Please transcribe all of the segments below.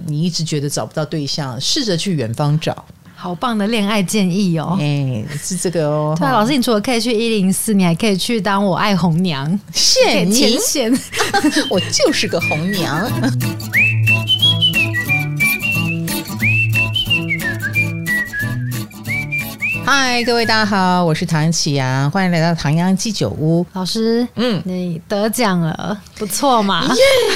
你一直觉得找不到对象，试着去远方找。 好棒的恋爱建议哦！ 是这个哦。 对啊，老师，你除了可以去104，你还可以去当我爱红娘， 谢你， 我就是个红娘。嗨，各位大家好，我是唐启阳，欢迎来到唐阳鸡酒屋。 老师，你得奖了，不错嘛！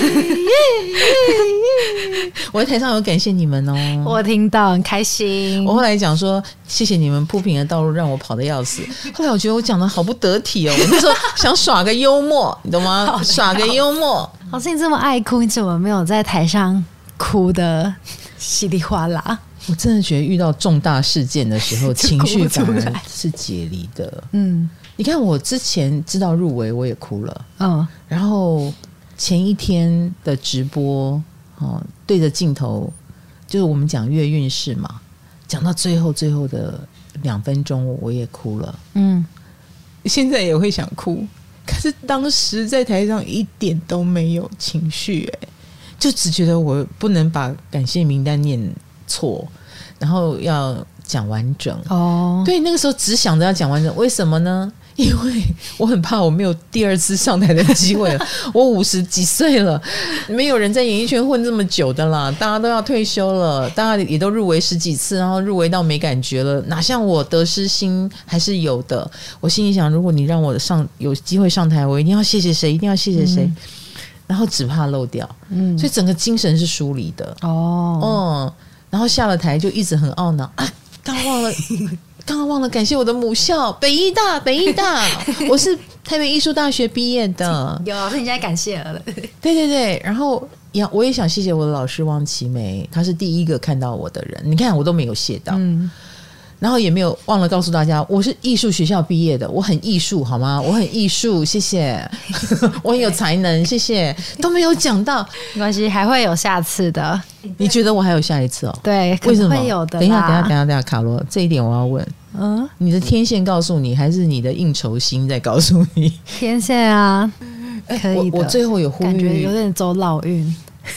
我在台上有感谢你们哦， 我听到很开心。 我后来讲说，谢谢你们铺平的道路，让我跑得要死。后来我觉得我讲的好不得体哦，我那时候想耍个幽默，你懂吗？耍个幽默。 老师，你这么爱哭，你怎么没有在台上哭的稀里哗啦？ 我真的觉得遇到重大事件的时候，情绪反而是解离的。你看我之前知道入围，我也哭了。然后前一天的直播，对着镜头，就是我们讲月运势嘛，讲到最后的2分钟，我也哭了。现在也会想哭，可是当时在台上一点都没有情绪，就只觉得我不能把感谢名单念错，然后要讲完整。对，那个时候只想着要讲完整，为什么呢？因为我很怕我没有第二次上台的机会了。我50几岁了，没有人在演艺圈混这么久的啦，大家都要退休了，大家也都入围10几次，然后入围到没感觉了，哪像我得失心还是有的。我心里想，如果你让我有机会上台，我一定要谢谢谁，一定要谢谢谁。然后只怕漏掉，所以整个精神是疏离的。然后下了台就一直很懊恼啊，刚刚忘了感谢我的母校北医大，我是台北艺术大学毕业的。 有老师，你现在感谢了。 对，然后我也想谢谢我的老师汪琪梅，她是第一个看到我的人。你看我都没有谢到。然后也没有忘了告诉大家，我是艺术学校毕业的，我很艺术好吗？我很艺术，谢谢。我很有才能，谢谢。都没有讲到， 没关系，还会有下次的。 你觉得我还有下一次哦？ 对， 为什么会有的？ 等一下，卡罗，这一点我要问。你的天线告诉你，还是你的应酬心在告诉你？ 天线啊，可以的。 我最后有呼吁， 感觉有点走老运。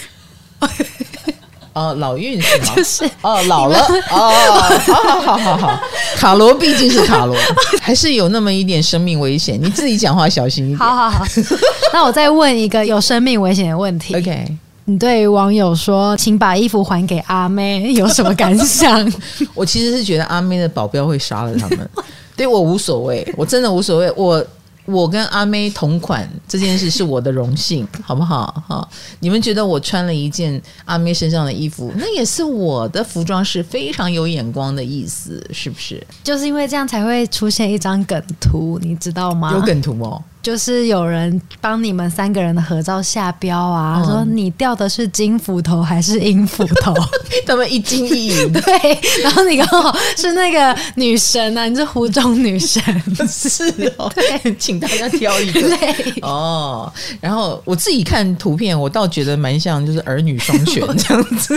老运是吗？ 就是老了好，卡罗毕竟是卡罗，还是有那么一点生命危险，你自己讲话小心一点。好， 那我再问一个有生命危险的问题。 OK， 你对于网友说请把衣服还给阿妹有什么感想？ 我其实是觉得阿妹的保镖会杀了他们，对我无所谓，我真的无所谓。我跟阿妹同款这件事是我的荣幸，好不好？你们觉得我穿了一件阿妹身上的衣服，那也是我的服装是非常有眼光的意思，是不是？ 就是因为这样才会出现一张梗图，你知道吗？ 有梗图哦。 就是有人帮你们3个人的合照下标啊，说你掉的是金斧头还是银斧头？ 他们一金一银。 对，然后你刚好是那个女神啊，你是湖中女神。 是哦，对，请大家挑一个。 对然后我自己看图片，我倒觉得蛮像就是儿女双全这样子。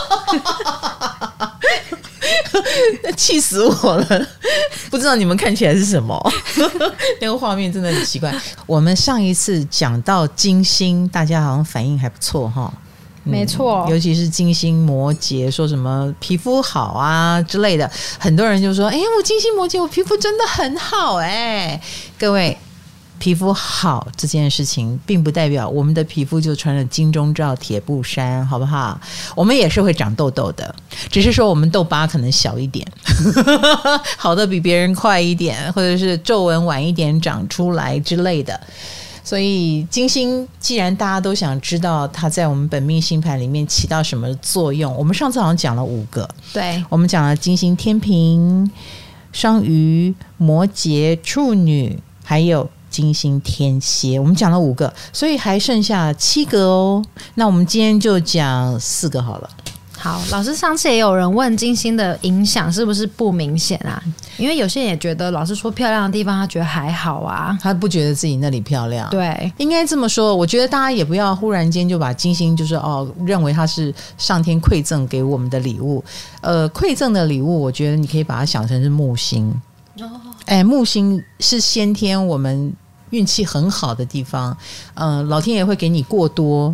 气死我了，不知道你们看起来是什么。那个画面真的很奇怪。我们上一次讲到金星，大家好像反应还不错哈。 没错， 尤其是金星摩羯，说什么皮肤好啊之类的，很多人就说我金星摩羯，我皮肤真的很好。各位，皮肤好这件事情并不代表我们的皮肤就穿了金钟罩铁布衫，好不好？我们也是会长痘痘的，只是说我们痘疤可能小一点，好的比别人快一点，或者是皱纹晚一点长出来之类的。所以金星既然大家都想知道它在我们本命星盘里面起到什么作用，我们上次好像讲了5个。 对， 我们讲了金星天秤、双鱼、摩羯、处女，还有金星天蝎，我们讲了5个，所以还剩下7个哦。那我们今天就讲4个好了。 好，老师上次也有人问金星的影响是不是不明显啊？因为有些人也觉得老师说漂亮的地方他觉得还好啊， 他不觉得自己那里漂亮。 对， 应该这么说，我觉得大家也不要忽然间就把金星就是认为它是上天馈赠给我们的礼物。馈赠的礼物我觉得你可以把它想成是木星。木星是先天我们运气很好的地方，老天爷会给你过多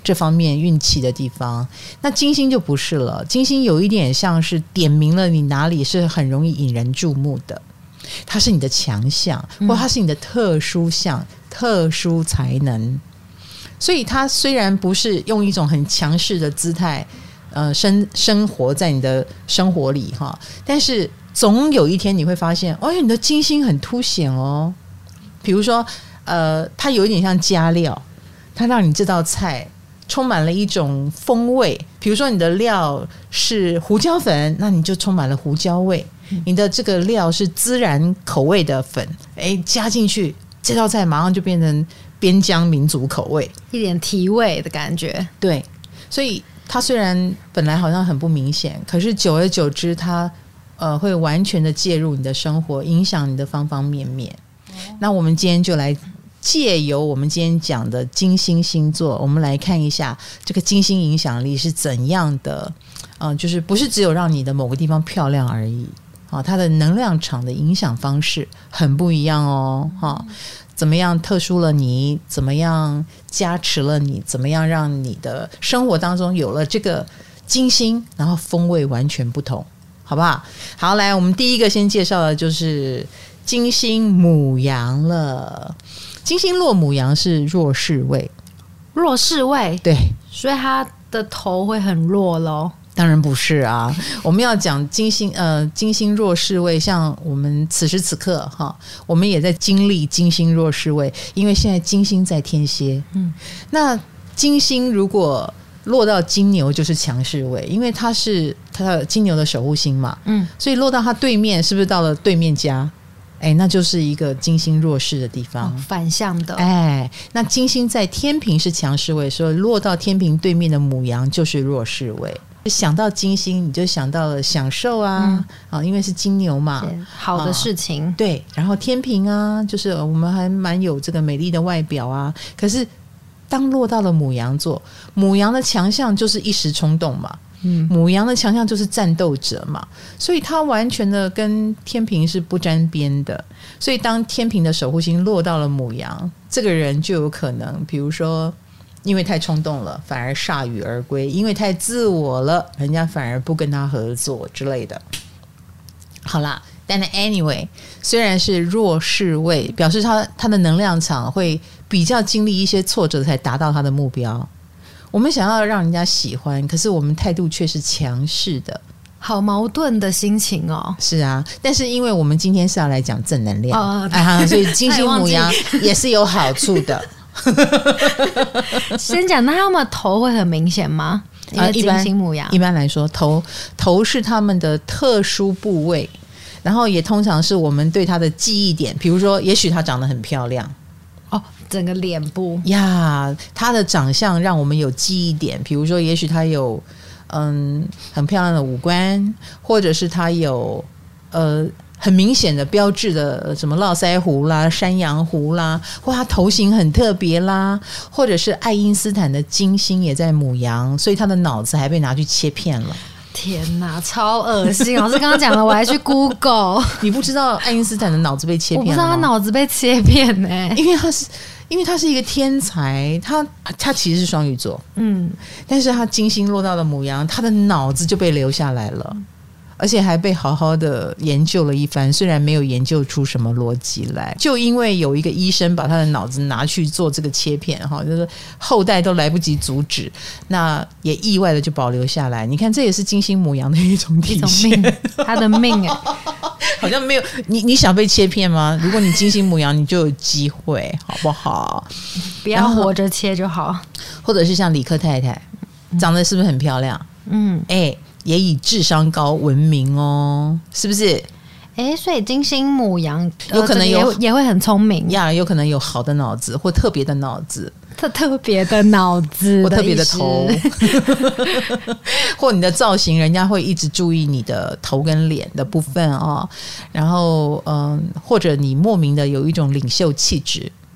这方面运气的地方。那金星就不是了，金星有一点像是点明了你哪里是很容易引人注目的，它是你的强项，或它是你的特殊项、特殊才能。所以它虽然不是用一种很强势的姿态生活在你的生活里哈，但是总有一天你会发现，你的金星很凸显哦。比如说它有一点像加料，它让你这道菜充满了一种风味。比如说你的料是胡椒粉，那你就充满了胡椒味。你的这个料是孜然口味的粉，加进去这道菜马上就变成边疆民族口味， 一点提味的感觉。 对，所以它虽然本来好像很不明显，可是久而久之它会完全的介入你的生活，影响你的方方面面。那我们今天就来借由我们今天讲的金星星座，我们来看一下这个金星影响力是怎样的。就是不是只有让你的某个地方漂亮而已，它的能量场的影响方式很不一样哦。怎么样特殊了你，怎么样加持了你，怎么样让你的生活当中有了这个金星，然后风味完全不同，好不好？好，来，我们第一个先介绍的就是金星牡羊了。金星落牡羊是弱势位， 弱势位， 对， 所以他的头会很弱咯。 当然不是啊，我们要讲金星弱势位，像我们此时此刻我们也在经历金星弱势位，因为现在金星在天蝎，那金星如果落到金牛就是强势位，因为它是金牛的守护星嘛，所以落到它对面，是不是到了对面家？那就是一个金星弱势的地方， 反向的。 那金星在天平是强势位，所以落到天平对面的牡羊就是弱势位。想到金星，你就想到了享受啊，因为是金牛嘛， 好的事情。 对，然后天平啊，就是我们还蛮有这个美丽的外表啊。可是当落到了牡羊座，牡羊的强项就是一时冲动嘛。牡羊的强项就是战斗者嘛，所以他完全的跟天平是不沾边的。所以当天平的守护星落到了牡羊，这个人就有可能，比如说因为太冲动了反而铩羽而归，因为太自我了人家反而不跟他合作之类的。好啦，但是 anyway 虽然是弱势位，表示他的能量场会比较经历一些挫折才达到他的目标。我们想要让人家喜欢，可是我们态度却是强势的， 好矛盾的心情哦。 是啊，但是因为我们今天是要来讲正能量，所以金星牡羊也是有好处的。 先讲，那他们头会很明显吗？因为金星牡羊一般来说头是他们的特殊部位，然后也通常是我们对他的记忆点。比如说也许他长得很漂亮， 整个脸部呀，他的长相让我们有记忆点。比如说也许他有很漂亮的五官，或者是他有很明显的标志的什么络腮胡啦、山羊胡啦，或他头型很特别啦，或者是爱因斯坦的金星也在牡羊，所以他的脑子还被拿去切片了。 天哪，超恶心！老师刚刚讲了，我还去 Google。 你不知道爱因斯坦的脑子被切片了吗？ 我不知道他脑子被切片因为他是一个天才，他其实是双鱼座，但是他金星落到了牡羊，他的脑子就被留下来了，而且还被好好的研究了一番，虽然没有研究出什么逻辑来，就因为有一个医生把他的脑子拿去做这个切片，就是后代都来不及阻止，那也意外的就保留下来。你看，这也是金星牡羊的一种体现， 他的命好像没有你想被切片吗？如果你金星牡羊，你就有机会，好不好？ 不要活着切就好。 或者是像理科太太，长得是不是很漂亮？也以智商高闻名哦，是不是？ 所以金星牡羊有可能也会很聪明呀，有可能有好的脑子或特别的脑子， 特别的脑子或特别的头，或你的造型，人家会一直注意你的头跟脸的部分哦。然后或者你莫名的有一种领袖气质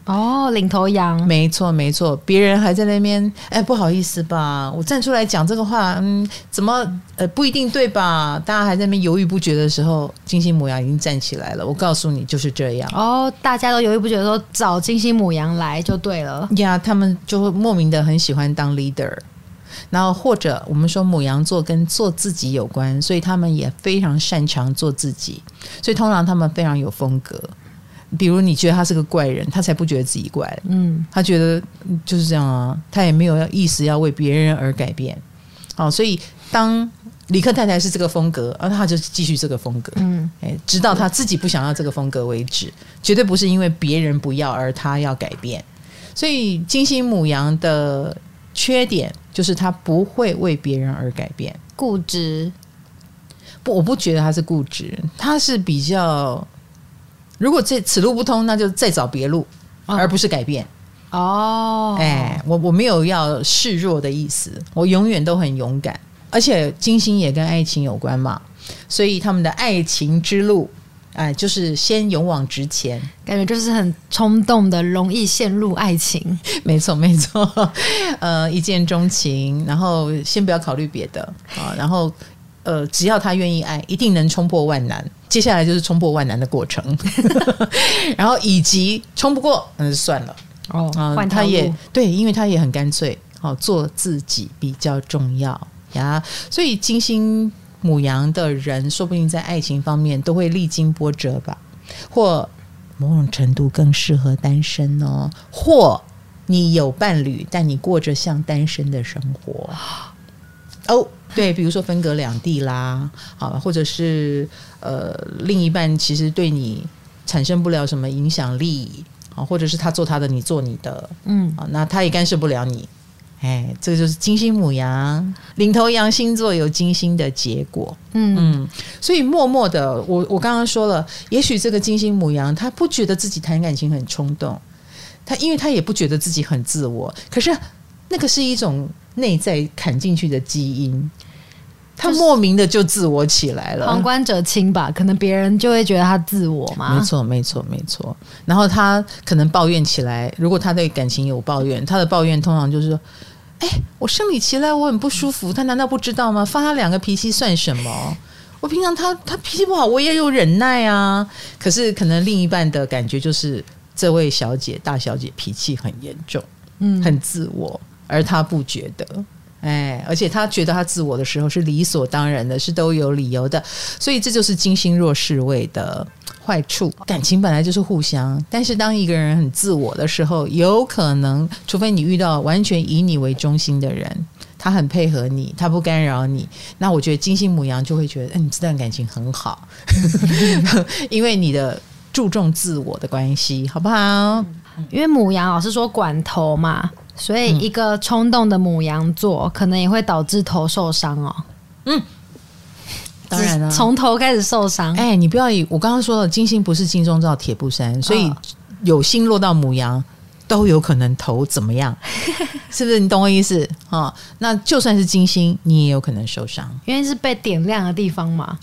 哦，领头羊， 没错没错，别人还在那边，不好意思吧，我站出来讲这个话，怎么不一定对吧？大家还在那边犹豫不决的时候，金星牡羊已经站起来了。我告诉你，就是这样。 哦，大家都犹豫不决的时候，找金星牡羊来就对了呀，他们就会莫名的很喜欢当 leader。然后或者我们说牡羊座跟做自己有关，所以他们也非常擅长做自己，所以通常他们非常有风格。比如你觉得他是个怪人，他才不觉得自己怪，他觉得就是这样啊，他也没有意思要为别人而改变。好，所以当理科太太是这个风格，他就继续这个风格，直到他自己不想要这个风格为止，绝对不是因为别人不要而他要改变。所以金星牡羊的缺点就是他不会为别人而改变， 固执。 不，我不觉得他是固执，他是比较，如果此路不通，那就再找别路，而不是改变。我没有要示弱的意思，我永远都很勇敢，而且金星也跟爱情有关嘛，所以他们的爱情之路就是先勇往直前， 感觉就是很冲动的，容易陷入爱情。 没错没错，一见钟情，然后先不要考虑别的然后只要他愿意爱，一定能冲破万难。接下来就是冲破万难的过程，然后以及冲不过，那就算了。他也对，因为他也很干脆，做自己比较重要呀。所以金星牡羊的人说不定在爱情方面都会历经波折吧，或某种程度更适合单身哦，或你有伴侣但你过着像单身的生活对，比如说分隔两地啦，或者是另一半其实对你产生不了什么影响力，或者是他做他的你做你的，那他也干涉不了你。这个就是金星牡羊领头羊星座有金星的结果。所以默默的，我刚刚说了，也许这个金星牡羊他不觉得自己谈感情很冲动，因为他也不觉得自己很自我，可是那个是一种内在砍进去的基因，他莫名的就自我起来了。 旁观者清吧，可能别人就会觉得他自我嘛。 没错没错没错。然后他可能抱怨起来，如果他对感情有抱怨，他的抱怨通常就是说，我生理期来我很不舒服，他难道不知道吗？发他2个脾气算什么？我平常他脾气不好我也有忍耐啊。可是可能另一半的感觉就是这位小姐大小姐脾气很严重，很自我，而他不觉得。而且他觉得他自我的时候是理所当然的，是都有理由的。所以这就是金星弱势位的坏处。感情本来就是互相，但是当一个人很自我的时候，有可能除非你遇到完全以你为中心的人，他很配合你，他不干扰你，那我觉得金星牡羊就会觉得你这段感情很好因为你的注重自我的关系，好不好？ 因为牡羊老是说管头嘛，所以一个冲动的牡羊座可能也会导致头受伤哦。 当然了， 从头开始受伤。 你不要以我刚刚说了，金星不是金钟罩铁布衫，所以有星落到牡羊都有可能头怎么样是不是？你懂我意思那就算是金星你也有可能受伤， 因为是被点亮的地方嘛。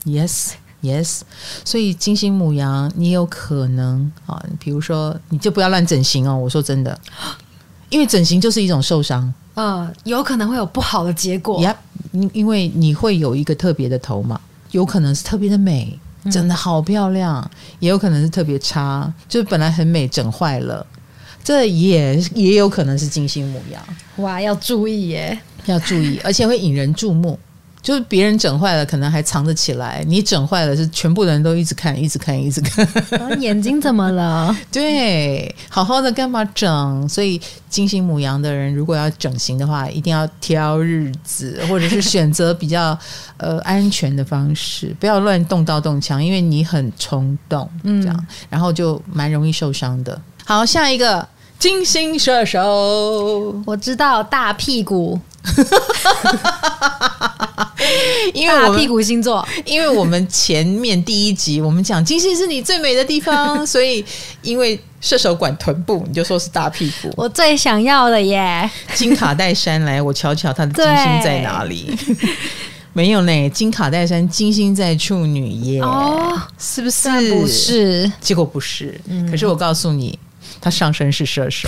Yes， 所以金星牡羊你有可能比如说你就不要乱整形我说真的，因为整形就是一种受伤， 有可能会有不好的结果。 因为你会有一个特别的头嘛，有可能是特别的美，整得好漂亮，也有可能是特别差，就是本来很美整坏了，这也有可能是金星牡羊。 哇，要注意耶， 要注意，而且会引人注目。就是别人整坏了可能还藏得起来，你整坏了是全部人都一直看一直看一直看眼睛怎么了对，好好的干嘛整？所以金星牡羊的人如果要整形的话，一定要挑日子，或者是选择比较安全的方式，不要乱动刀动枪，因为你很冲动这样，然后就蛮容易受伤的。好，下一个金星射手， 我知道大屁股因为大屁股星座， 因为我们前面第1集我们讲金星是你最美的地方，所以因为射手管臀部，你就说是大屁股， 我最想要的耶。 金卡戴珊来，我瞧瞧他的金星在哪里？没有呢，金卡戴珊金星在处女耶，是不是？ 不是， 结果不是。可是我告诉你， 他上升是射手。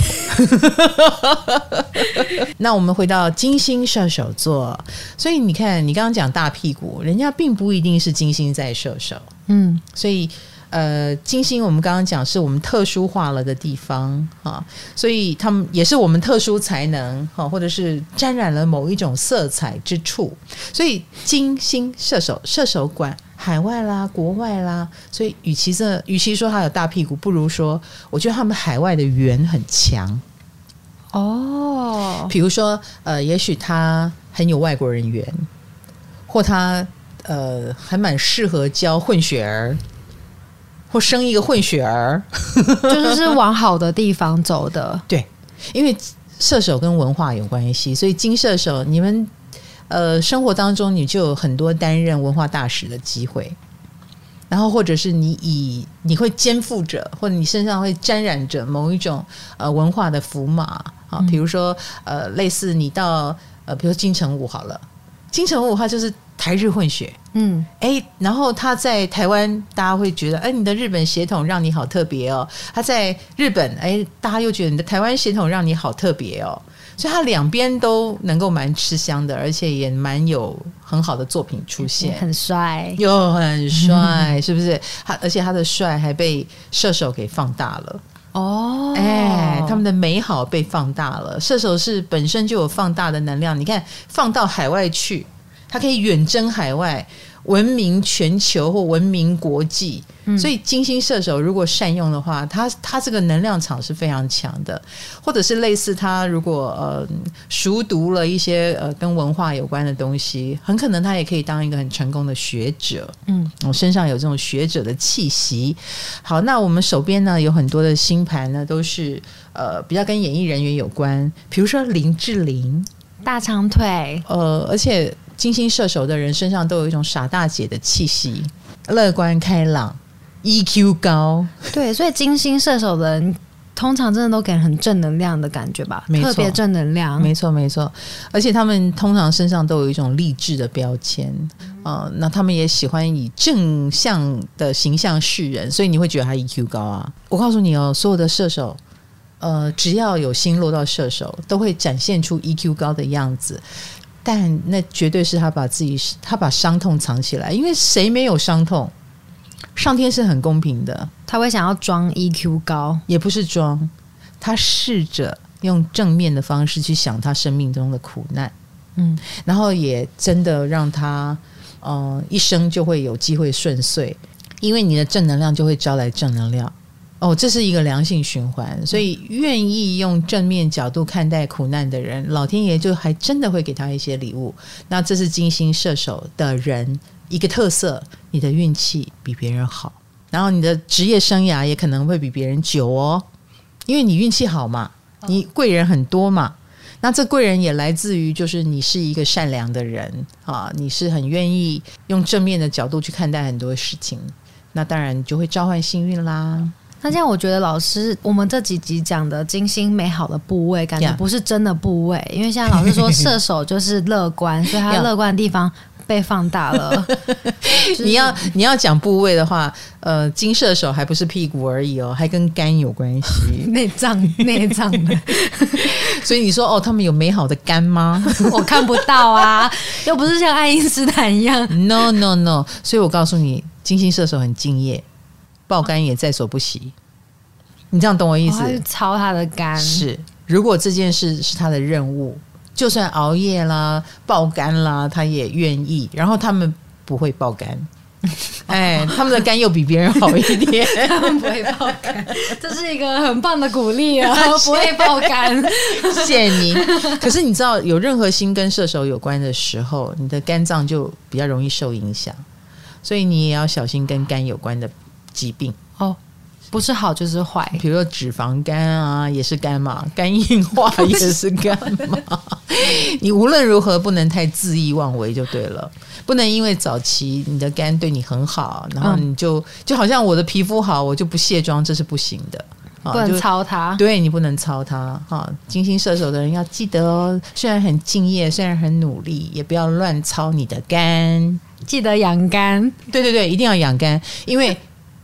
那我们回到金星射手座，所以你看你刚刚讲大屁股，人家并不一定是金星在射手，所以金星我们刚刚讲是我们特殊化了的地方啊，所以他们也是我们特殊才能啊，或者是沾染了某一种色彩之处。所以金星射手，射手管海外啦、国外啦，所以与其说他有大屁股，不如说我觉得他们海外的缘很强哦。比如说也许他很有外国人缘，或他还蛮适合教混血儿。或生一个混血儿， 就是往好的地方走的。 对，因为射手跟文化有关系，所以金射手你们生活当中你就有很多担任文化大使的机会，然后或者是你会肩负着，或者你身上会沾染着某一种文化的符码啊，比如说类似你到比如说金城武好了，金城武他就是台日混血，然后他在台湾大家会觉得你的日本血统让你好特别哦，他在日本大家又觉得你的台湾血统让你好特别哦，所以他两边都能够蛮吃香的，而且也蛮有很好的作品出现， 很帅又很帅，是不是？而且他的帅还被射手给放大了哦，他们的美好被放大了。射手是本身就有放大的能量，你看放到海外去，它可以远征海外，闻名全球或闻名国际。所以金星射手如果善用的话，它这个能量场是非常强的。或者是类似他如果熟读了一些跟文化有关的东西，很可能他也可以当一个很成功的学者。我身上有这种学者的气息。好，那我们手边呢有很多的星盘呢，都是比较跟演艺人员有关，比如说林志玲， 大长腿， 而且金星射手的人身上都有一种傻大姐的气息，乐观开朗，EQ 高。 对，所以金星射手的人通常真的都给人很正能量的感觉吧，特别正能量。 没错没错，而且他们通常身上都有一种励志的标签，那他们也喜欢以正向的形象示人，所以你会觉得他 EQ 高啊。我告诉你哦，所有的射手只要有心落到射手，都会展现出 EQ 高的样子。但那绝对是他把伤痛藏起来，因为谁没有伤痛？上天是很公平的， 他会想要装 EQ 高， 也不是装，他试着用正面的方式去想他生命中的苦难，然后也真的让他一生就会有机会顺遂，因为你的正能量就会招来正能量。这是一个良性循环，所以愿意用正面角度看待苦难的人，老天爷就还真的会给他一些礼物。那这是金星射手的人一个特色，你的运气比别人好，然后你的职业生涯也可能会比别人久哦，因为你运气好嘛，你贵人很多嘛。那这贵人也来自于就是你是一个善良的人啊，你是很愿意用正面的角度去看待很多事情，那当然就会召唤幸运啦。 那这样我觉得老师我们这几集讲的金星美好的部位感觉不是真的部位，因为现在老师说射手就是乐观，所以他乐观的地方被放大了。 你要讲部位的话，金射手还不是屁股而已哦，还跟肝有关系， 内脏的。 所以你说他们有美好的肝吗？ 我看不到啊，又不是像爱因斯坦一样。 No， 所以我告诉你，金星射手很敬业，爆肝也在所不惜。你这样懂我意思？ 他去操他的肝。 是，如果这件事是他的任务，就算熬夜啦、爆肝啦，他也愿意。然后他们不会爆肝，他们的肝又比别人好一点。 他们不会爆肝，这是一个很棒的鼓励啊！不会爆肝， 谢谢你。可是你知道，有任何星跟射手有关的时候，你的肝脏就比较容易受影响，所以你也要小心跟肝有关的疾病哦。不是好就是坏， 比如说脂肪肝啊，也是肝嘛，肝硬化也是肝嘛。你无论如何不能太恣意妄为就对了，不能因为早期你的肝对你很好，然后你就好像我的皮肤好，我就不卸妆，这是不行的。 不能操它， 对，你不能操它。金星射手的人要记得哦，虽然很敬业，虽然很努力，也不要乱操你的肝， 记得养肝。 对，一定要养肝，因为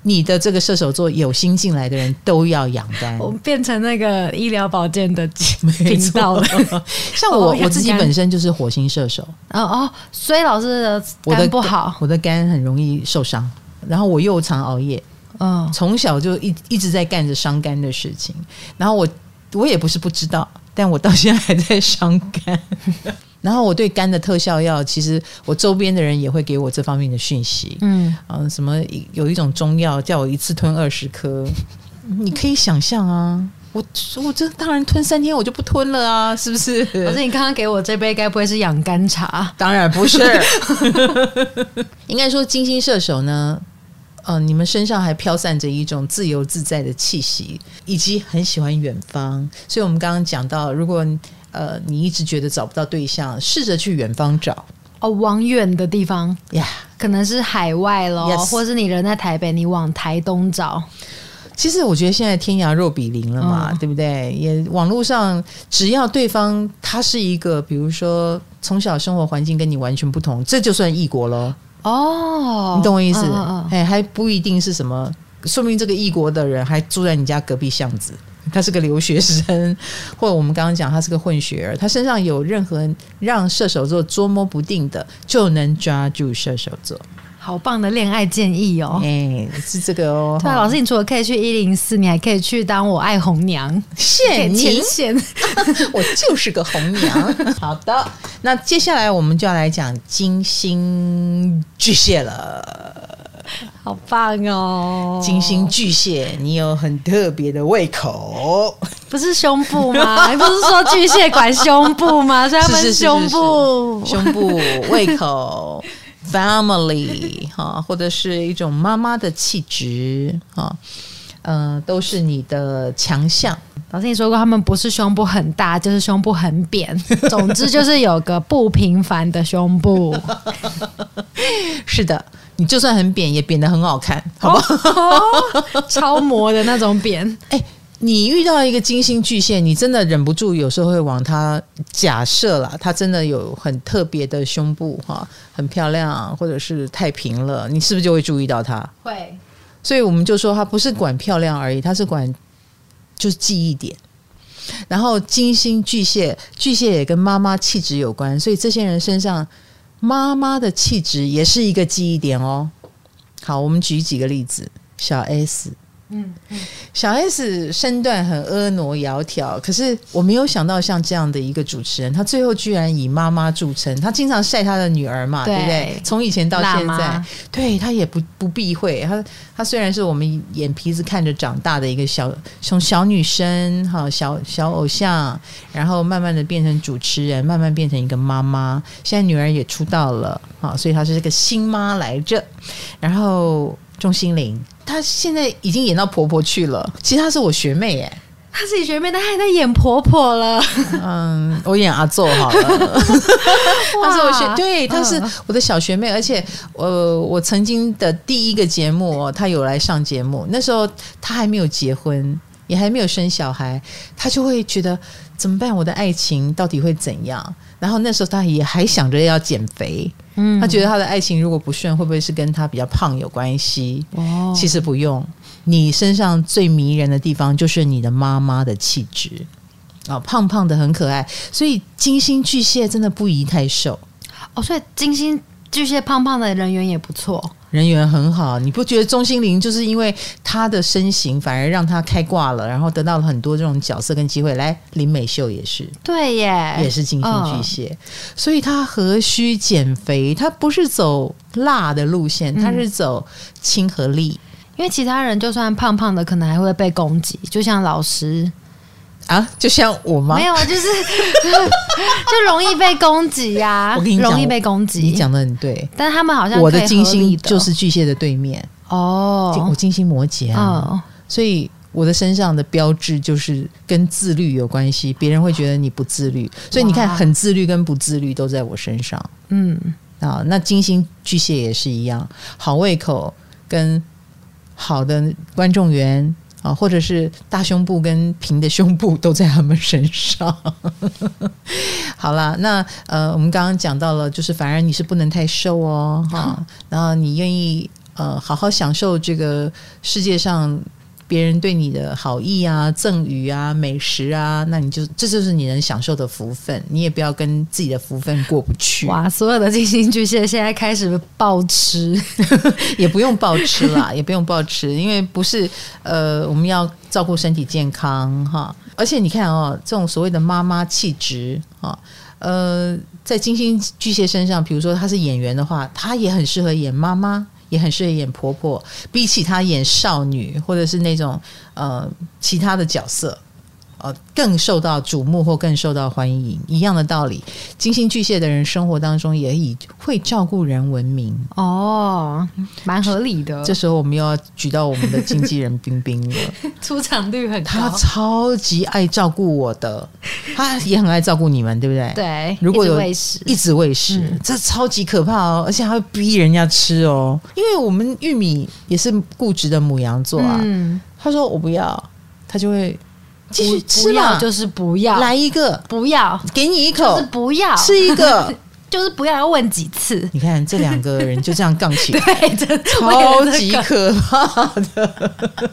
你的这个射手座有心进来的人都要养肝。 我们变成那个医疗保健的频道了。 像我自己本身就是火星射手所以老师的肝不好， 我的肝很容易受伤，然后我又常熬夜，从小就一直在干着伤肝的事情，然后我也不是不知道，但我到现在还在伤肝。然后我对肝的特效药，其实我周边的人也会给我这方面的讯息。什么有一种中药叫我一次吞20颗，你可以想象啊，我这当然吞3天我就不吞了啊，是不是？ 可是你刚刚给我这杯该不会是养肝茶？ 当然不是。应该说金星射手呢，你们身上还飘散着一种自由自在的气息，以及很喜欢远方。所以我们刚刚讲到，如果你一直觉得找不到对象，试着去远方找往远的地方可能是海外咯，或是你人在台北，你往台东找。 其实我觉得现在天涯若比邻了嘛，对不对？也网络上只要对方他是一个，比如说从小生活环境跟你完全不同，这就算异国咯。你懂我意思？还不一定是什么，说明这个异国的人还住在你家隔壁巷子，他是个留学生，或者我们刚刚讲他是个混血儿，他身上有任何让射手座捉摸不定的，就能抓住射手座。 好棒的恋爱建议是这个哦。 对啊，老师，你除了可以去104，你还可以去当我爱红娘， 献牵线。 我就是个红娘。好的，那接下来我们就要来讲金星巨蟹了。 好棒哦！ 金星巨蟹，你有很特别的胃口， 不是胸部吗？你不是说巨蟹管胸部吗？所以他们胸部、 胸部、胃口。family 或者是一种妈妈的气质都是你的强项。 老师你说过他们不是胸部很大就是胸部很扁，总之就是有个不平凡的胸部。 是的，你就算很扁也扁得很好看，好不好？ 超模的那种扁。 你遇到一个金星巨蟹，你真的忍不住有时候会往他假设啦，他真的有很特别的胸部很漂亮，或者是太平了，你是不是就会注意到他？ 会。 所以我们就说他不是管漂亮而已，他是管就是记忆点。然后金星巨蟹也跟妈妈气质有关，所以这些人身上妈妈的气质也是一个记忆点哦。好，我们举几个例子。小 S，小 S 身段很婀娜窈窕，可是我没有想到像这样的一个主持人，她最后居然以妈妈著称。她经常晒她的女儿嘛， 对不对？从以前到现在，对，她也不避讳。她虽然是我们眼皮子看着长大的一个从小女生小偶像，然后慢慢的变成主持人，慢慢变成一个妈妈，现在女儿也出道了，所以她是个新妈来着。然后钟欣凌，她现在已经演到婆婆去了，其实她是我学妹耶。 她是你学妹，她还在演婆婆了。 我演阿奏好了。她是我对，她是我的小学妹，而且我曾经的第一个节目，她有来上节目，那时候她还没有结婚，也还没有生小孩，她就会觉得怎么办？我的爱情到底会怎样？然后那时候她也还想着要减肥。她觉得她的爱情如果不顺，会不会是跟她比较胖有关系？其实不用，你身上最迷人的地方就是你的妈妈的气质胖胖的很可爱，所以金星巨蟹真的不宜太瘦所以金星巨蟹胖胖的人缘也不错， 人缘很好。你不觉得钟欣凌就是因为她的身形反而让她开挂了，然后得到了很多这种角色跟机会？来，林美秀也是， 对耶， 也是金星巨蟹，所以她何须减肥？她不是走辣的路线，她是走亲和力。 因为其他人就算胖胖的，可能还会被攻击，就像老师就像我吗？ 没有就是就容易被攻击呀。 我跟你讲， 容易被攻击， 你讲得很对。 但是他们好像我的金星就是巨蟹的对面我金星摩羯所以我的身上的标志就是跟自律有关系，别人会觉得你不自律，所以你看很自律跟不自律都在我身上。那金星巨蟹也是一样，好胃口跟好的观众缘或者是大胸部跟平的胸部都在他们身上。好啦，那我们刚刚讲到了，就是反而你是不能太瘦然后你愿意好好享受这个世界上别人对你的好意啊、赠予啊、美食啊，那这就是你能享受的福分，你也不要跟自己的福分过不去。 哇，所有的金星巨蟹现在开始暴吃， 也不用暴吃啦，也不用暴吃，因为不是我们要照顾身体健康哈。而且你看哦，这种所谓的妈妈气质啊，在金星巨蟹身上，比如说她是演员的话，她也很适合演妈妈。也很适合演婆婆，比起她演少女或者是那种其他的角色，更受到瞩目或更受到欢迎。一样的道理，金星巨蟹的人生活当中也以会照顾人闻名哦，蛮合理的。 这时候我们又要举到我们的经纪人冰冰了， 出场率很高， 他超级爱照顾我的，他也很爱照顾你们，对不对？ 对， 如果有一直喂食， 这超级可怕哦，而且还会逼人家吃哦，因为我们玉米也是固执的牡羊座啊，他说我不要，他就会继续吃嘛， 就是不要， 来一个不要， 给你一口， 就是不要， 吃一个。 就是不要问几次， 你看这两个人就这样杠起来， 对，真的超级可怕的。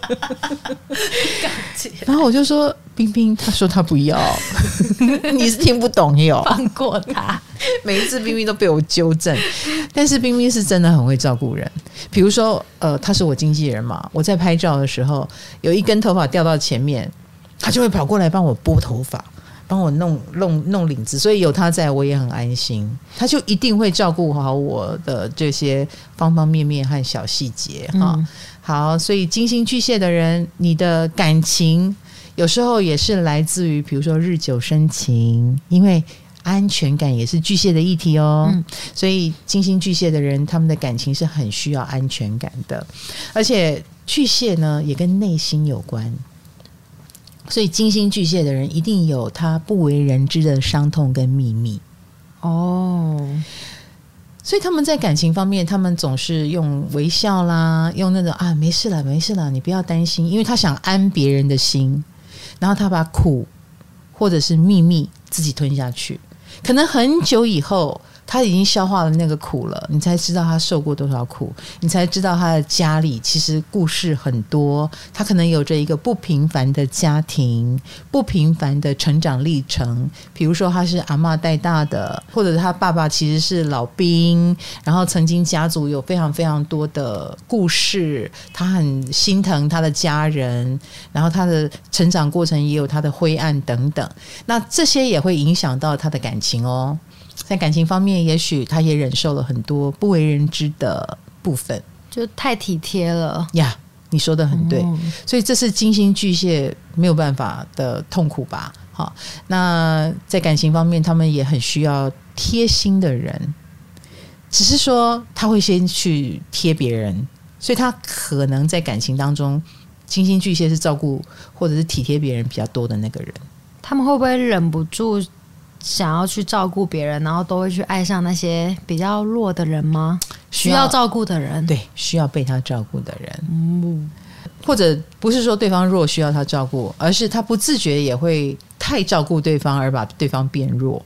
然后我就说冰冰，他说他不要，你是听不懂哟， 放过他。 每一次冰冰都被我纠正，但是冰冰是真的很会照顾人。比如说，他是我经纪人嘛，我在拍照的时候，有一根头发掉到前面，他就会跑过来帮我拨头发。帮我弄领子，所以有他在我也很安心。他就一定会照顾好我的这些方方面面和小细节哈。好，所以金星巨蟹的人，你的感情有时候也是来自于，比如说日久生情，因为安全感也是巨蟹的议题哦。所以金星巨蟹的人，他们的感情是很需要安全感的，而且巨蟹呢也跟内心有关。所以金星巨蟹的人一定有他不为人知的伤痛跟秘密哦，所以他们在感情方面，他们总是用微笑啦，用那种没事啦没事啦，你不要担心，因为他想安别人的心，然后他把苦或者是秘密自己吞下去，可能很久以后他已经消化了那个苦了，你才知道他受过多少苦，你才知道他的家里其实故事很多，他可能有着一个不平凡的家庭，不平凡的成长历程。比如说他是阿嬷带大的，或者他爸爸其实是老兵，然后曾经家族有非常非常多的故事，他很心疼他的家人，然后他的成长过程也有他的灰暗等等，那这些也会影响到他的感情哦。在感情方面，也许他也忍受了很多不为人知的部分， 就太体贴了呀。你说的很对，所以这是金星巨蟹没有办法的痛苦吧。好，那在感情方面，他们也很需要贴心的人，只是说他会先去贴别人，所以他可能在感情当中，金星巨蟹是照顾或者是体贴别人比较多的那个人。 他们会不会忍不住想要去照顾别人，然后都会去爱上那些比较弱的人吗？需要照顾的人， 对，需要被他照顾的人。或者不是说对方弱需要他照顾，而是他不自觉也会太照顾对方而把对方变弱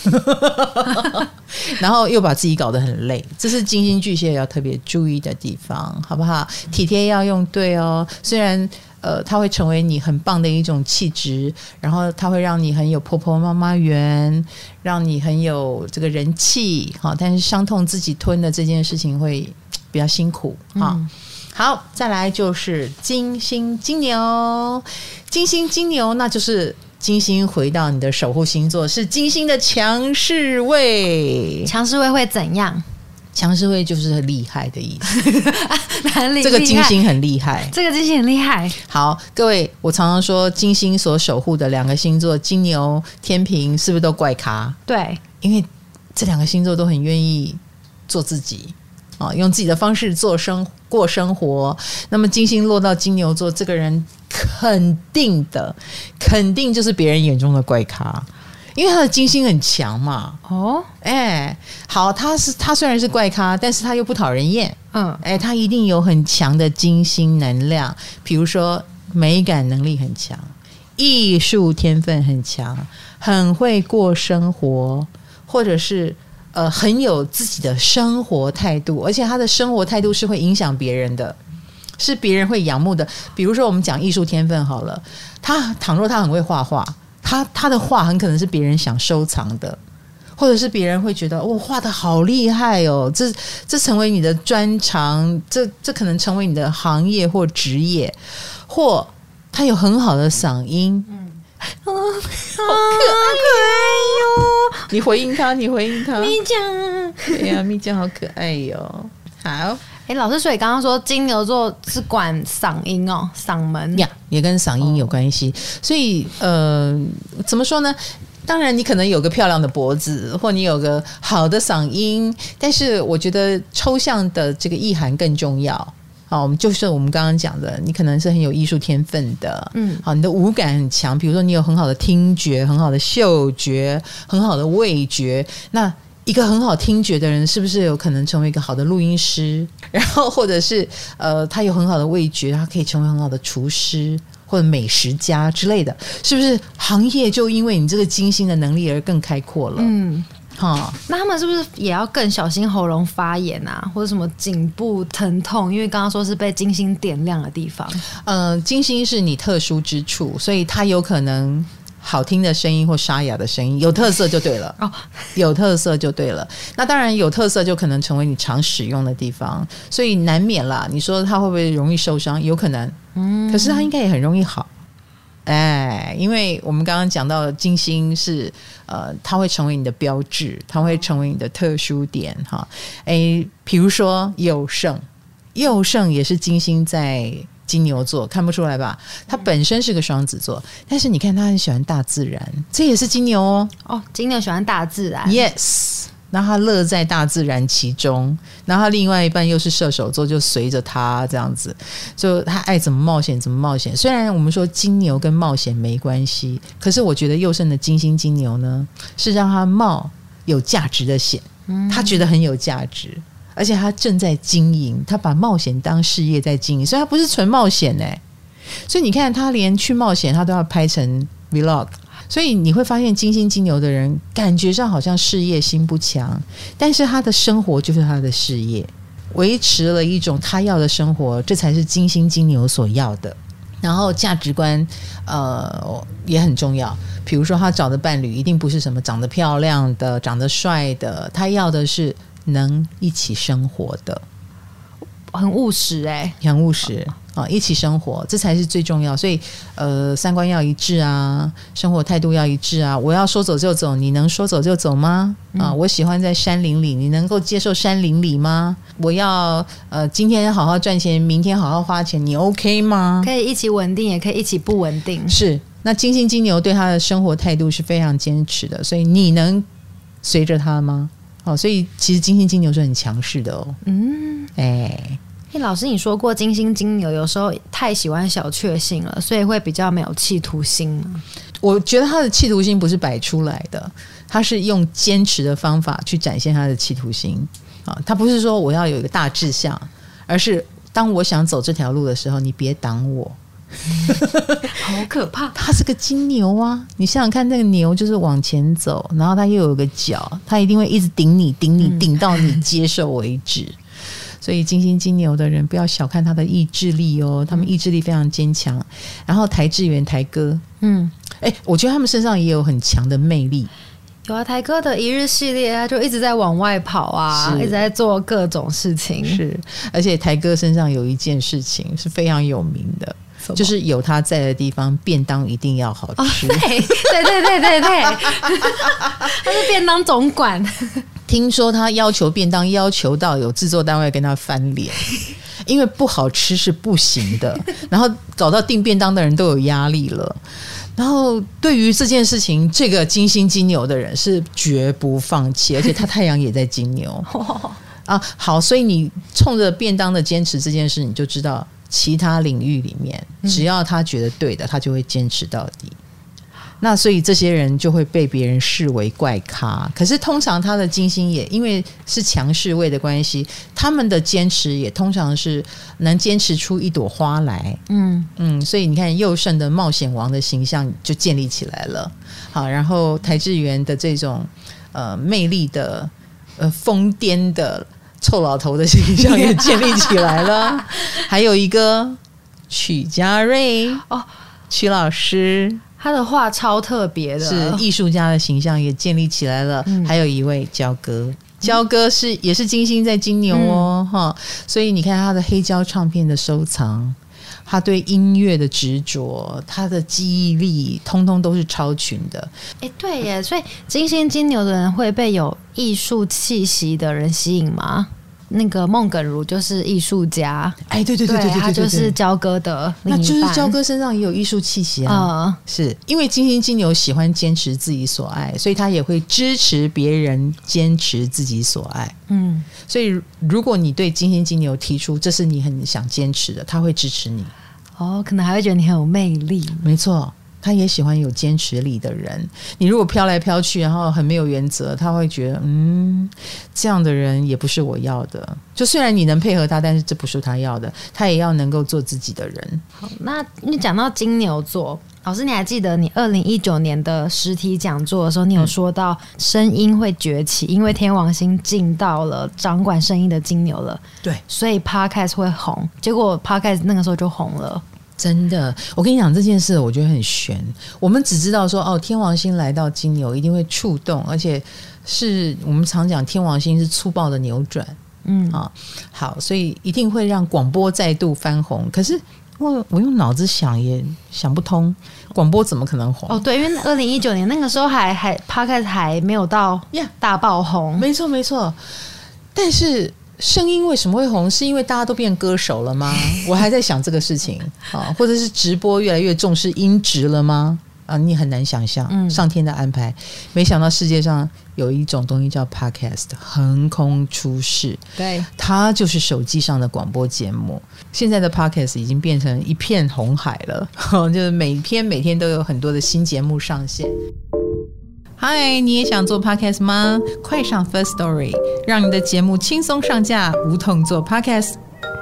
然后又把自己搞得很累，这是金星巨蟹要特别注意的地方，好不好？体贴要用对哦，虽然它会成为你很棒的一种气质，然后它会让你很有婆婆妈妈缘，让你很有这个人气，但是伤痛自己吞的这件事情会比较辛苦好，再来就是金星金牛，金星金牛那就是金星回到你的守护星座，是金星的强势位。 强势位会怎样？ 强势位就是很厉害的意思哪里？ 这个金星很厉害， 这个金星很厉害。 好，各位，我常常说金星所守护的两个星座金牛天秤是不是都怪咖？ 对， 因为这两个星座都很愿意做自己用自己的方式过生活。那么金星落到金牛座，这个人肯定就是别人眼中的怪咖，因为他的金星很强嘛。好，他虽然是怪咖，但是他又不讨人厌。他一定有很强的金星能量，比如说美感能力很强，艺术天分很强，很会过生活，或者是很有自己的生活态度，而且他的生活态度是会影响别人的，是别人会仰慕的。比如说我们讲艺术天分好了，倘若他很会画画，他的画很可能是别人想收藏的，或者是别人会觉得画得好厉害哦，这成为你的专长，这可能成为你的行业或职业，或他有很好的嗓音，好可爱哟！你回应他，蜜酱，对呀，蜜酱好可爱哟。好， 老师，所以刚刚说金牛座是管嗓音哦，嗓门呀，也跟嗓音有关系。所以怎么说呢？当然你可能有个漂亮的脖子，或你有个好的嗓音，但是我觉得抽象的这个意涵更重要。好，就是我们刚刚讲的，你可能是很有艺术天分的，好，你的五感很强，比如说你有很好的听觉、很好的嗅觉、很好的味觉。那一个很好听觉的人，是不是有可能成为一个好的录音师？然后或者是他有很好的味觉，他可以成为很好的厨师或者美食家之类的，是不是行业就因为你这个金星的能力而更开阔了？ 那他们是不是也要更小心喉咙发炎啊，或者什么颈部疼痛？因为刚刚说是被金星点亮的地方。 金星是你特殊之处，所以它有可能好听的声音或沙哑的声音，有特色就对了。有特色就对了。那当然有特色就可能成为你常使用的地方，所以难免啦。你说它会不会容易受伤？有可能，可是它应该也很容易好。因为我们刚刚讲到金星是它会成为你的标志，它会成为你的特殊点哈。比如说右圣也是金星在金牛座，看不出来吧？他本身是个双子座，但是你看他很喜欢大自然，这也是金牛哦。 金牛喜欢大自然 ，yes。然后他乐在大自然其中，然后他另外一半又是射手座，就随着他这样子，就他爱怎么冒险怎么冒险。虽然我们说金牛跟冒险没关系，可是我觉得右胜的金星金牛呢，是让他冒有价值的险，他觉得很有价值，而且他正在经营，他把冒险当事业在经营，所以他不是纯冒险所以你看他连去冒险他都要拍成 vlog。所以你会发现金星金牛的人感觉上好像事业心不强，但是他的生活就是他的事业，维持了一种他要的生活，这才是金星金牛所要的。然后价值观也很重要，比如说他找的伴侣一定不是什么长得漂亮的长得帅的，他要的是能一起生活的， 很务实很务实一起生活，这才是最重要。所以三观要一致啊，生活态度要一致啊。我要说走就走，你能说走就走吗？我喜欢在山林里，你能够接受山林里吗？我要今天好好赚钱，明天好好花钱，你 OK 吗？ 可以一起稳定，也可以一起不稳定。 是，那金星金牛对他的生活态度是非常坚持的，所以你能随着他吗？所以其实金星金牛是很强势的老师你说过金星金牛有时候太喜欢小确幸了，所以会比较没有企图心吗？ 我觉得他的企图心不是摆出来的，他是用坚持的方法去展现他的企图心他不是说我要有一个大志向，而是当我想走这条路的时候，你别挡我。 好可怕， 他是个金牛啊，你想想看，那个牛就是往前走，然后他又有个角，他一定会一直顶你顶到你接受为止。所以金星金牛的人不要小看他的意志力他们意志力非常坚强。然后台志源台哥我觉得他们身上也有很强的魅力。 有啊，台哥的一日系列他就一直在往外跑啊，一直在做各种事情。是， 而且台哥身上有一件事情是非常有名的，就是有他在的地方便当一定要好吃。 对，他是便当总管。 听说他要求便当要求到有制作单位跟他翻脸，因为不好吃是不行的，然后搞到订便当的人都有压力了。然后对于这件事情，这个金星金牛的人是绝不放弃，而且他太阳也在金牛好，所以你冲着便当的坚持这件事，你就知道其他领域里面只要他觉得对的，他就会坚持到底。那所以这些人就会被别人视为怪咖，可是通常他的金星也因为是强势位的关系，他们的坚持也通常是能坚持出一朵花来。所以你看佑胜的冒险王的形象就建立起来了。好，然后台志源的这种魅力的疯癫的臭老头的形象也建立起来了。还有一个曲家瑞曲老师， 他的画超特别的， 是艺术家的形象也建立起来了。还有一位焦哥，焦哥也是金星在金牛哦，所以你看他的黑胶唱片的收藏，他对音乐的执着，他的记忆力通通都是超群的。 对耶，所以金星金牛的人会被有艺术气息的人吸引吗？那个孟耿如就是艺术家， 对， 他就是焦哥的另一半， 那就是焦哥身上也有艺术气息啊。是因为金星金牛喜欢坚持自己所爱，所以他也会支持别人坚持自己所爱。所以如果你对金星金牛提出这是你很想坚持的，他会支持你。 可能还会觉得你很有魅力。 没错，他也喜欢有坚持力的人。你如果飘来飘去，然后很没有原则，他会觉得这样的人也不是我要的。就虽然你能配合他，但是这不是他要的，他也要能够做自己的人。 好，那你讲到金牛座，老师你还记得你2019年的实体讲座的时候，你有说到声音会崛起，因为天王星进到了掌管声音的金牛了， 对， 所以 Podcast 会红，结果 Podcast 那个时候就红了。 真的，我跟你讲这件事，我觉得很悬。我们只知道说，天王星来到金牛一定会触动，而且是我们常讲天王星是粗暴的扭转，好，所以一定会让广播再度翻红。可是我用脑子想也想不通，广播怎么可能红？ 对，因为2019年那个时候还 Podcast 还没有到大爆红， 没错没错，但是。声音为什么会红？是因为大家都变歌手了吗？我还在想这个事情或者是直播越来越重视音质了吗？你很难想象上天的安排。没想到世界上有一种东西叫 Podcast 横空出世， 对， 它就是手机上的广播节目。现在的 Podcast 已经变成一片红海了就是每天都有很多的新节目上线。嗨，你也想做 podcast 吗？快上 First Story， 让你的节目轻松上架，无痛做 podcast。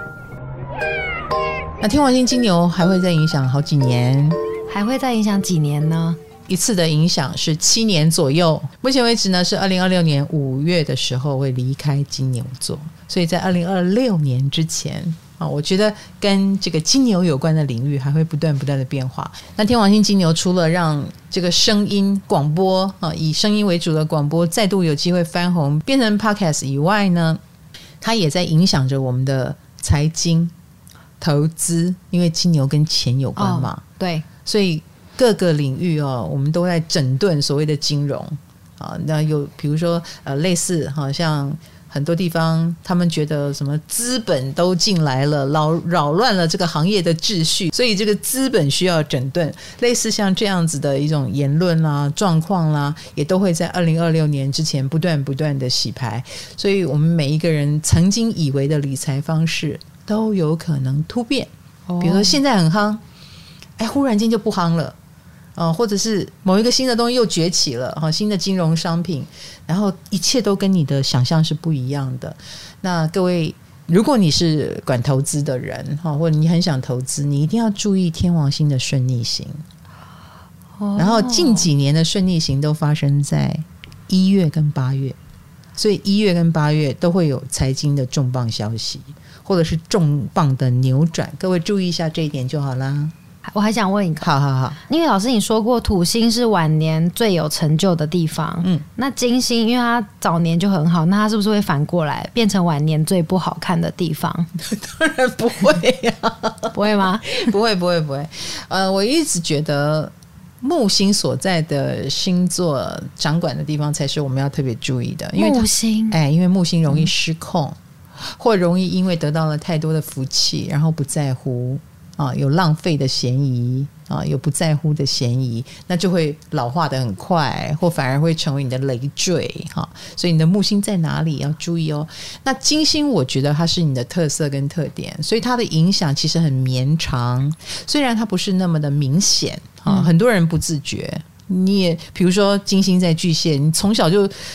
那天王星金牛还会再影响好几年， 还会再影响几年呢？ 一次的影响是7年左右。目前为止呢，是2026年5月的时候会离开金牛座，所以在2026年之前我觉得跟这个金牛有关的领域还会不断的变化。那天王星金牛除了让这个声音广播以声音为主的广播再度有机会翻红变成 podcast 以外呢，它也在影响着我们的财经投资，因为金牛跟钱有关嘛， 对， 所以各个领域我们都在整顿所谓的金融那有比如说类似像很多地方他们觉得什么资本都进来了，扰乱了这个行业的秩序，所以这个资本需要整顿，类似像这样子的一种言论啦状况啦，也都会在2026年之前不断的洗牌。所以我们每一个人曾经以为的理财方式都有可能突变，比如说现在很夯忽然间就不夯了或者是某一个新的东西又崛起了新的金融商品，然后一切都跟你的想象是不一样的。那各位，如果你是管投资的人或者你很想投资，你一定要注意天王星的顺逆行然后近几年的顺逆行都发生在1月跟8月，所以1月跟8月都会有财经的重磅消息或者是重磅的扭转，各位注意一下这一点就好啦。 我还想问一个， 好， 因为老师你说过土星是晚年最有成就的地方，那金星因为它早年就很好，那它是不是会反过来变成晚年最不好看的地方？ 当然不会不会吗？ 不会我一直觉得木星所在的星座掌管的地方才是我们要特别注意的，因为木星因为木星容易失控或容易因为得到了太多的福气然后不在乎有浪费的嫌疑有不在乎的嫌疑，那就会老化得很快，或反而会成为你的累赘所以你的木星在哪里要注意那金星我觉得它是你的特色跟特点，所以它的影响其实很绵长，虽然它不是那么的明显很多人不自觉。你也比如说金星在巨蟹，你从小就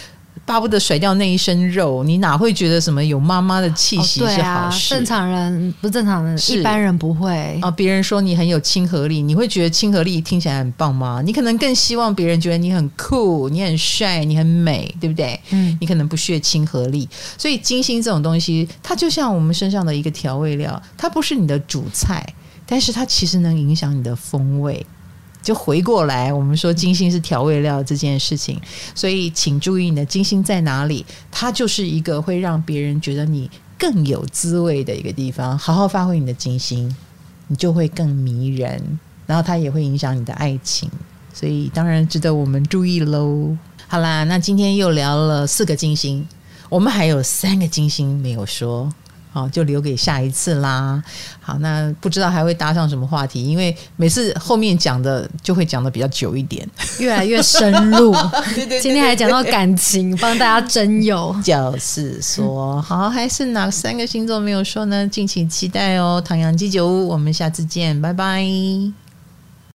巴不得甩掉那一身肉，你哪会觉得什么有妈妈的气息是好事？ 正常人不正常人，一般人不会啊。别人说你很有亲和力，你会觉得亲和力听起来很棒吗？你可能更希望别人觉得你很酷，你很帅，你很美，对不对？你可能不屑亲和力。所以金星这种东西，它就像我们身上的一个调味料，它不是你的主菜，但是它其实能影响你的风味。就回过来我们说金星是调味料这件事情，所以请注意你的金星在哪里，它就是一个会让别人觉得你更有滋味的一个地方。好好发挥你的金星，你就会更迷人，然后它也会影响你的爱情，所以当然值得我们注意咯。好啦，那今天又聊了4个金星，我们还有3个金星没有说，好，就留给下一次啦。好，那不知道还会搭上什么话题，因为每次后面讲的就会讲的比较久一点， 越来越深入。对，今天还讲到感情，帮大家征友。 就是说，好，还是哪3个星座没有说呢？敬请期待哦。唐阳鸡酒屋，我们下次见，拜拜。